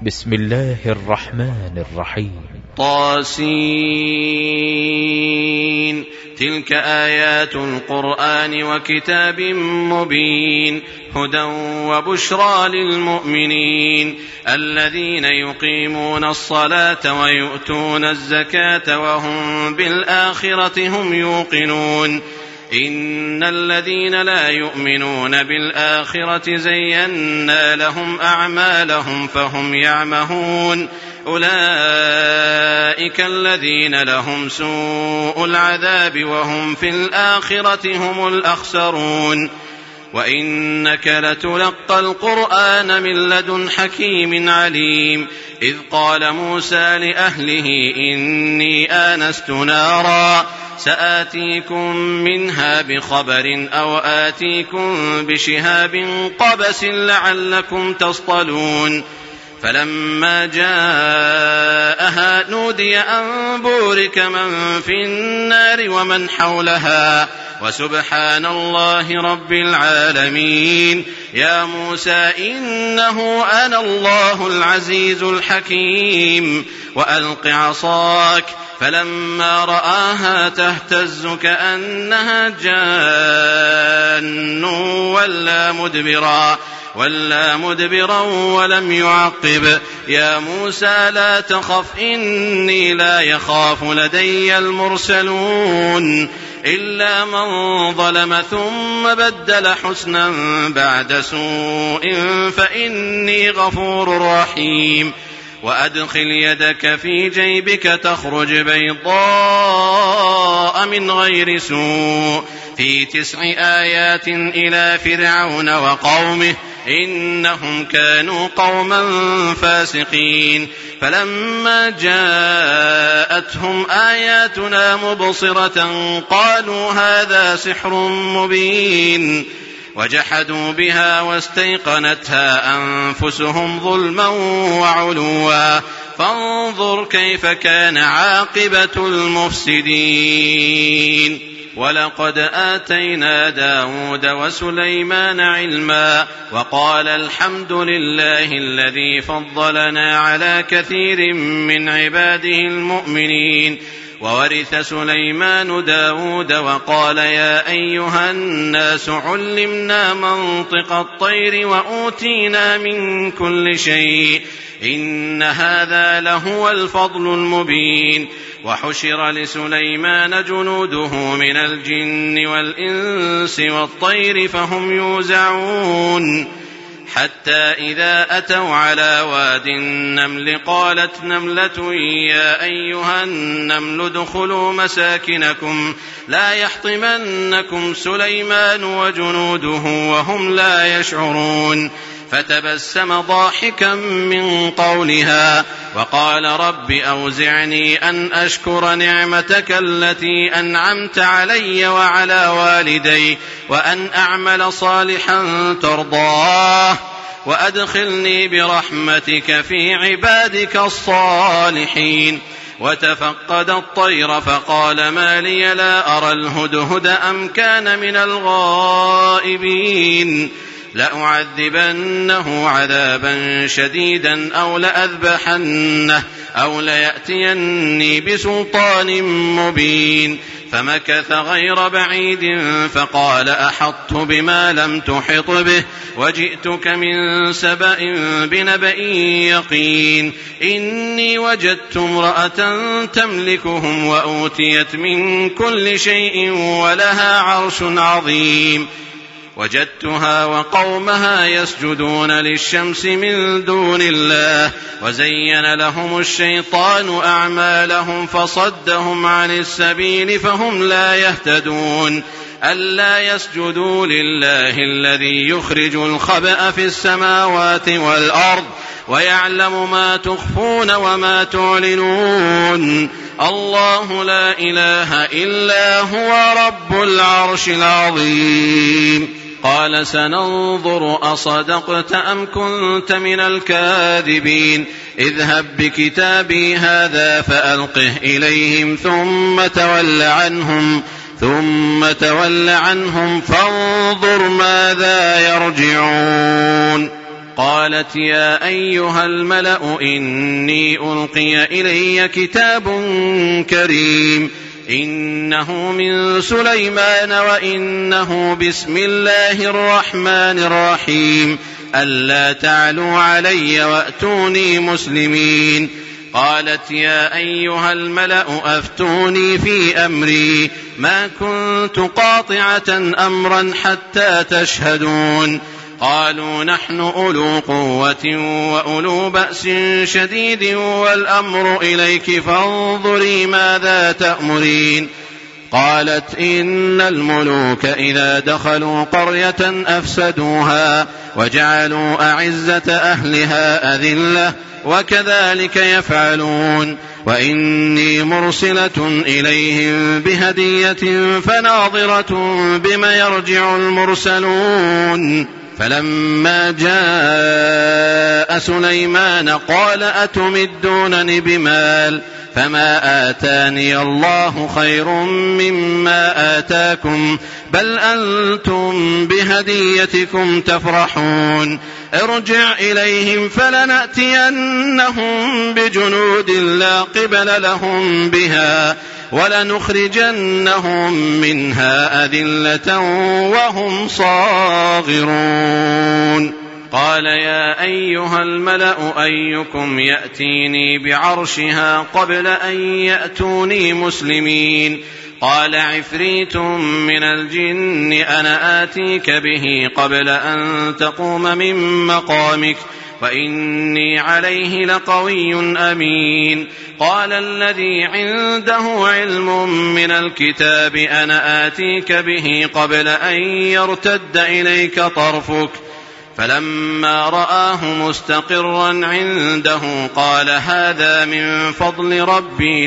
بسم الله الرحمن الرحيم. طاسين. تلك آيات القرآن وكتاب مبين هدى وبشرى للمؤمنين الذين يقيمون الصلاة ويؤتون الزكاة وهم بالآخرة هم يوقنون إن الذين لا يؤمنون بالآخرة زينا لهم أعمالهم فهم يعمهون أولئك الذين لهم سوء العذاب وهم في الآخرة هم الأخسرون وإنك لتلقى القرآن من لدن حكيم عليم إذ قال موسى لأهله إني آنست نارا سآتيكم منها بخبر أو آتيكم بشهاب قبس لعلكم تصطلون فلما جاءها نودي أن بورك من في النار ومن حولها وسبحان الله رب العالمين يا موسى إنه أنا الله العزيز الحكيم وألق عصاك فلما رآها تهتز كأنها جان ولا مدبرا ولم يعقب يا موسى لا تخف إني لا يخاف لدي المرسلون إلا من ظلم ثم بدل حسنا بعد سوء فإني غفور رحيم وأدخل يدك في جيبك تخرج بيضاء من غير سوء في 9 آيات إلى فرعون وقومه إنهم كانوا قوما فاسقين فلما جاءتهم آياتنا مبصرة قالوا هذا سحر مبين وجحدوا بها واستيقنتها أنفسهم ظلما وعلوا فانظر كيف كان عاقبة المفسدين ولقد آتينا داود وسليمان علما وقال الحمد لله الذي فضلنا على كثير من عباده المؤمنين وورث سليمان داود وقال يا أيها الناس علمنا منطق الطير وأوتينا من كل شيء إن هذا لهو الفضل المبين وحشر لسليمان جنوده من الجن والإنس والطير فهم يوزعون حتى إذا أتوا على واد النمل قالت نملة يا أيها النمل ادخلوا مساكنكم لا يحطمنكم سليمان وجنوده وهم لا يشعرون فتبسم ضاحكا من قولها وقال رب أوزعني أن أشكر نعمتك التي أنعمت علي وعلى والدي وأن أعمل صالحا ترضاه وأدخلني برحمتك في عبادك الصالحين وتفقد الطير فقال ما لي لا أرى الهدهد أم كان من الغائبين لأعذبنه عذابا شديدا أو لأذبحنه أو ليأتيني بسلطان مبين فمكث غير بعيد فقال أحطت بما لم تحط به وجئتك من سبأ بنبأ يقين إني وجدت امرأة تملكهم وأوتيت من كل شيء ولها عرش عظيم وجدتها وقومها يسجدون للشمس من دون الله وزين لهم الشيطان أعمالهم فصدهم عن السبيل فهم لا يهتدون ألا يسجدوا لله الذي يخرج الخبأ في السماوات والأرض ويعلم ما تخفون وما تعلنون الله لا إله إلا هو رب العرش العظيم قال سننظر أصدقت أم كنت من الكاذبين اذهب بكتابي هذا فألقه إليهم ثم تول عنهم فانظر ماذا يرجعون قالت يا أيها الملأ إني ألقي إلي كتاب كريم إنه من سليمان وإنه بسم الله الرحمن الرحيم ألا تعلوا علي وأتوني مسلمين. قالت يا أيها الملأ أفتوني في أمري ما كنت قاطعة أمرا حتى تشهدون. قالوا نحن أولو قوة وأولو بأس شديد والأمر إليك فانظري ماذا تأمرين. قالت إن الملوك إذا دخلوا قرية أفسدوها وجعلوا أعزة أهلها أذلة وكذلك يفعلون وإني مرسلة إليهم بهدية فناظرة بما يرجع المرسلون. فلما جاء سليمان قال أتمدونني بمال فما آتاني الله خير مما آتاكم بل أنتم بهديتكم تفرحون. ارجع إليهم فلنأتينهم بجنود لا قبل لهم بها ولنخرجنهم منها أذلة وهم صاغرون. قال يا أيها الملأ أيكم يأتيني بعرشها قبل أن يأتوني مسلمين. قال عفريت من الجن أنا آتيك به قبل أن تقوم من مقامك وإني عليه لقوي أمين. قال الذي عنده علم من الكتاب أنا آتيك به قبل أن يرتد إليك طرفك فلما رآه مستقرا عنده قال هذا من فضل ربي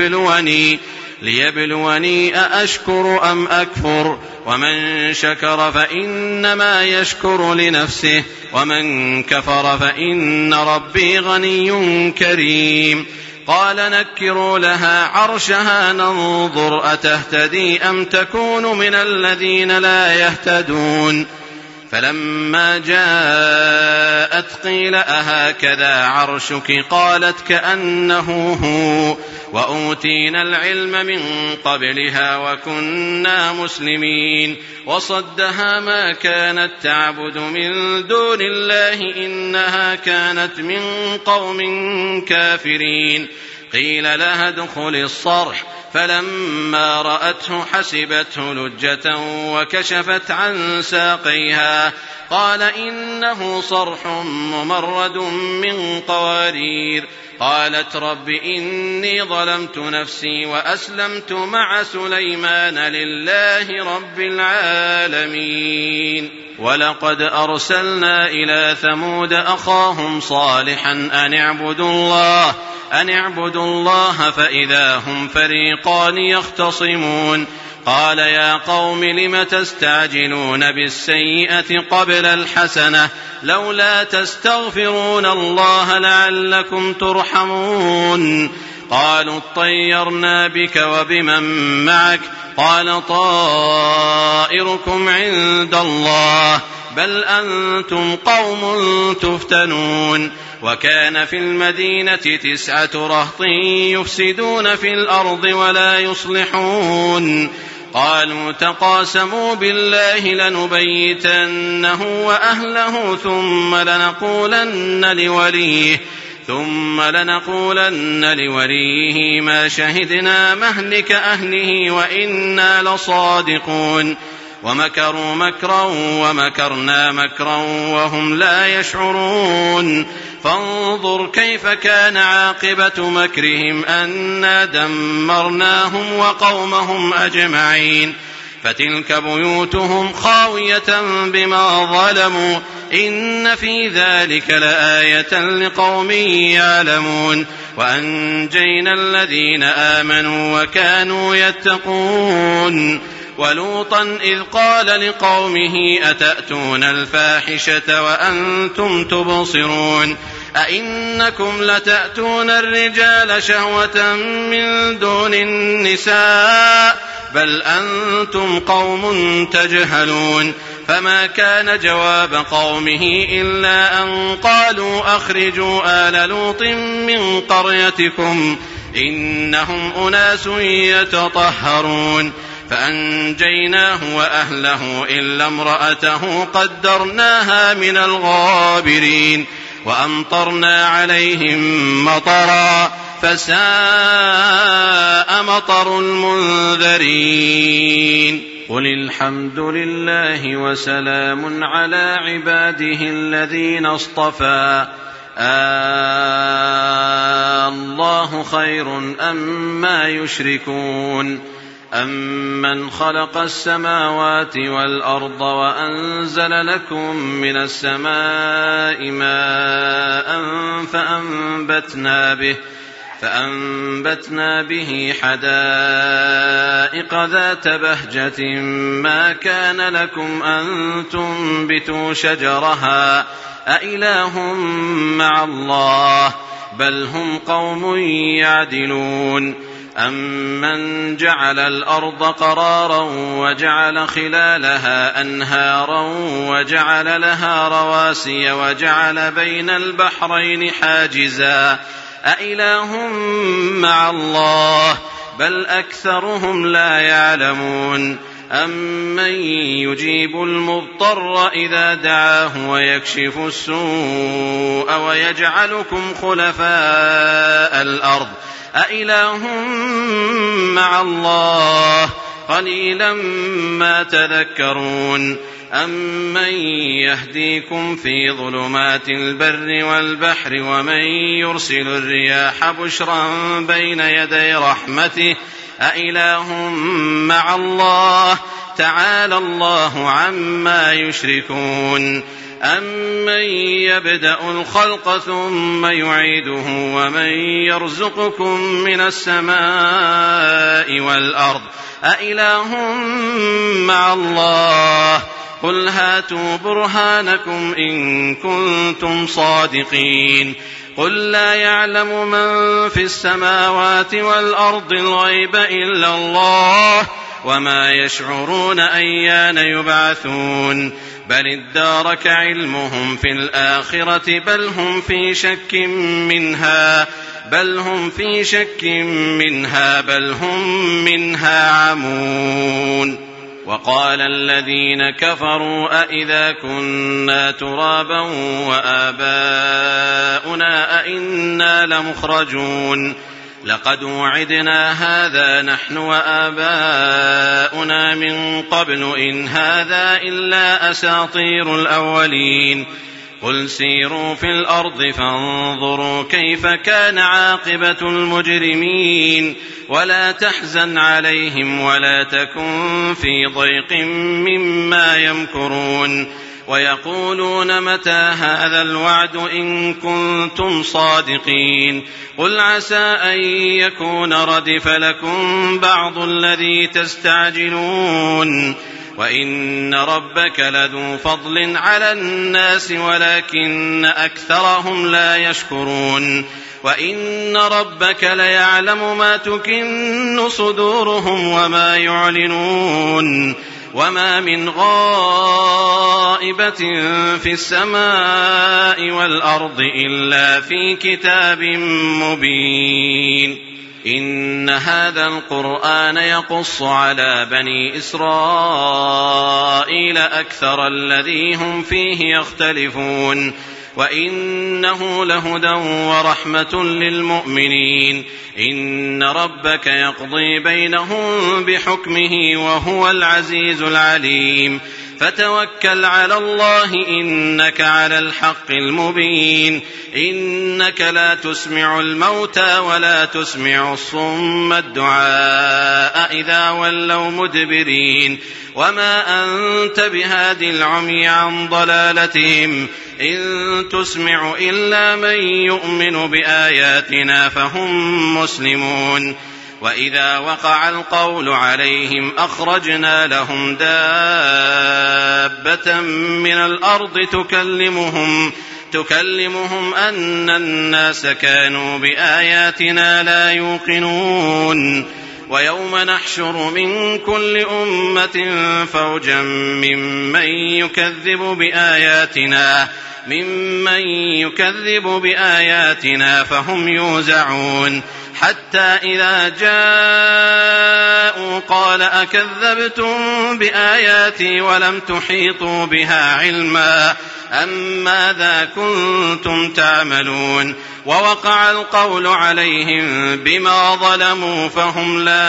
ليبلوني أأشكر أم أكفر ومن شكر فإنما يشكر لنفسه ومن كفر فإن ربي غني كريم. قال نكروا لها عرشها ننظر أتهتدي أم تكون من الذين لا يهتدون. فلما جاءت قيل أهكذا عرشك قالت كأنه هو وأوتينا العلم من قبلها وكنا مسلمين. وصدها ما كانت تعبد من دون الله إنها كانت من قوم كافرين. قيل لها ادخل الصرح فلما رأته حسبته لجة وكشفت عن ساقيها قال إنه صرح ممرد من قوارير. قالت رب إني ظلمت نفسي وأسلمت مع سليمان لله رب العالمين. ولقد أرسلنا إلى ثمود أخاهم صالحا أن اعبدوا الله فإذا هم فريقان يختصمون. قال يا قوم لم تستعجلون بالسيئة قبل الحسنة لولا تستغفرون الله لعلكم ترحمون. قالوا اطيرنا بك وبمن معك قال طائركم عند الله بل أنتم قوم تفتنون. وكان في المدينة 9 رهط يفسدون في الأرض ولا يصلحون. قالوا تقاسموا بالله لنبيتنه وأهله ثم لنقولن لوليه ما شهدنا مهلك أهله وإنا لصادقون. ومكروا مكرا ومكرنا مكرا وهم لا يشعرون. فانظر كيف كان عاقبة مكرهم أنا دمرناهم وقومهم أجمعين. فتلك بيوتهم خاوية بما ظلموا إن في ذلك لآية لقوم يعلمون. وأنجينا الذين آمنوا وكانوا يتقون. ولوطا إذ قال لقومه أتأتون الفاحشة وأنتم تبصرون أئنكم لتأتون الرجال شهوة من دون النساء بل أنتم قوم تجهلون. فما كان جواب قومه إلا أن قالوا أخرجوا آل لوط من قريتكم إنهم أناس يتطهرون فأنجيناه وأهله إلا امرأته قدرناها من الغابرين وأمطرنا عليهم مطرا فساء مطر المنذرين قل الحمد لله وسلام على عباده الذين اصطفى الله خير أما يشركون أمن خلق السماوات والأرض وأنزل لكم من السماء ماء فأنبتنا به حدائق ذات بهجة ما كان لكم أن تنبتوا شجرها أإله مع الله بل هم قوم يعدلون أمن جعل الأرض قرارا وجعل خلالها أنهارا وجعل لها رواسي وجعل بين البحرين حاجزا أإله مع الله بل أكثرهم لا يعلمون أمن يجيب المضطر إذا دعاه ويكشف السوء ويجعلكم خلفاء الأرض أإله مع الله قليلا ما تذكرون أمن يهديكم في ظلمات البر والبحر ومن يرسل الرياح بشرا بين يدي رحمته أإله مع الله تعالى الله عما يشركون أمن يبدأ الخلق ثم يعيده ومن يرزقكم من السماء والأرض أإله مع الله قل هاتوا برهانكم إن كنتم صادقين قل لا يعلم من في السماوات والأرض الغيب إلا الله وما يشعرون أيان يبعثون بل ادارك علمهم في الآخرة بل هم في شك منها بل هم منها عمون وقال الذين كفروا أئذا كنا ترابا وآباؤنا أئنا لمخرجون لقد وعدنا هذا نحن وآباؤنا من قبل إن هذا إلا أساطير الأولين قل سيروا في الأرض فانظروا كيف كان عاقبة المجرمين ولا تحزن عليهم ولا تكن في ضيق مما يمكرون ويقولون متى هذا الوعد إن كنتم صادقين قل عسى أن يكون ردف لكم بعض الذي تستعجلون وإن ربك لذو فضل على الناس ولكن أكثرهم لا يشكرون وإن ربك ليعلم ما تكن صدورهم وما يعلنون وما من غائبة في السماء والأرض إلا في كتاب مبين إن هذا القرآن يقص على بني إسرائيل أكثر الذي هم فيه يختلفون وإنه لهدى ورحمة للمؤمنين إن ربك يقضي بينهم بحكمه وهو العزيز العليم فتوكل على الله إنك على الحق المبين إنك لا تسمع الموتى ولا تسمع الصم الدعاء إذا ولوا مدبرين وما أنت بهاد العمي عن ضلالتهم إن تسمع إلا من يؤمن بآياتنا فهم مسلمون وإذا وقع القول عليهم أخرجنا لهم دابة من الأرض تكلمهم أن الناس كانوا بآياتنا لا يوقنون ويوم نحشر من كل أمة فوجا ممن يكذب بآياتنا فهم يوزعون حتى إذا جاءوا قال أكذبتم بآياتي ولم تحيطوا بها علما أم ماذا كنتم تعملون ووقع القول عليهم بما ظلموا فهم لا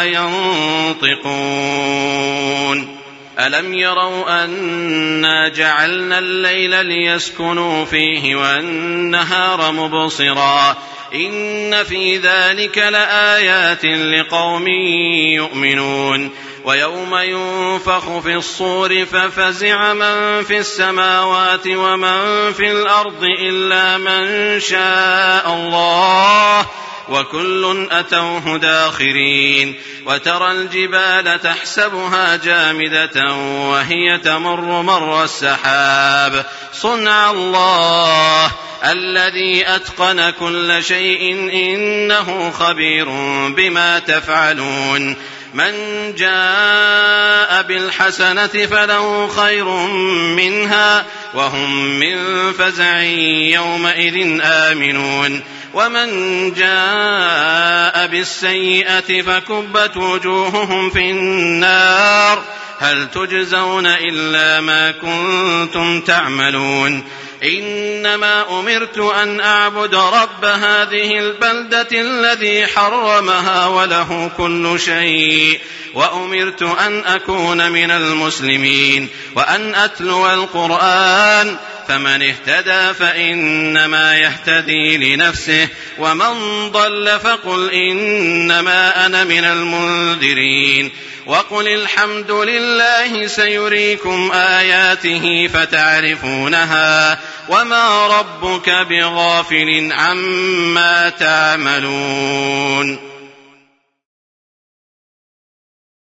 ينطقون ألم يروا أنا جعلنا الليل ليسكنوا فيه والنهار مبصرا إن في ذلك لآيات لقوم يؤمنون ويوم ينفخ في الصور ففزع من في السماوات ومن في الأرض إلا من شاء الله وكل أتوه داخرين وترى الجبال تحسبها جامدة وهي تمر مر السحاب صنع الله الذي أتقن كل شيء إنه خبير بما تفعلون من جاء بالحسنة فله خير منها وهم من فزع يومئذ آمنون ومن جاء بالسيئة فكبت وجوههم في النار هل تجزون إلا ما كنتم تعملون إنما أمرت أن أعبد رب هذه البلدة الذي حرمها وله كل شيء وأمرت أن أكون من المسلمين وأن أتلو القرآن فمن اهتدى فإنما يهتدي لنفسه ومن ضل فقل إنما أنا من المنذرين وقل الحمد لله سيريكم آياته فتعرفونها وما ربك بغافل عما تعملون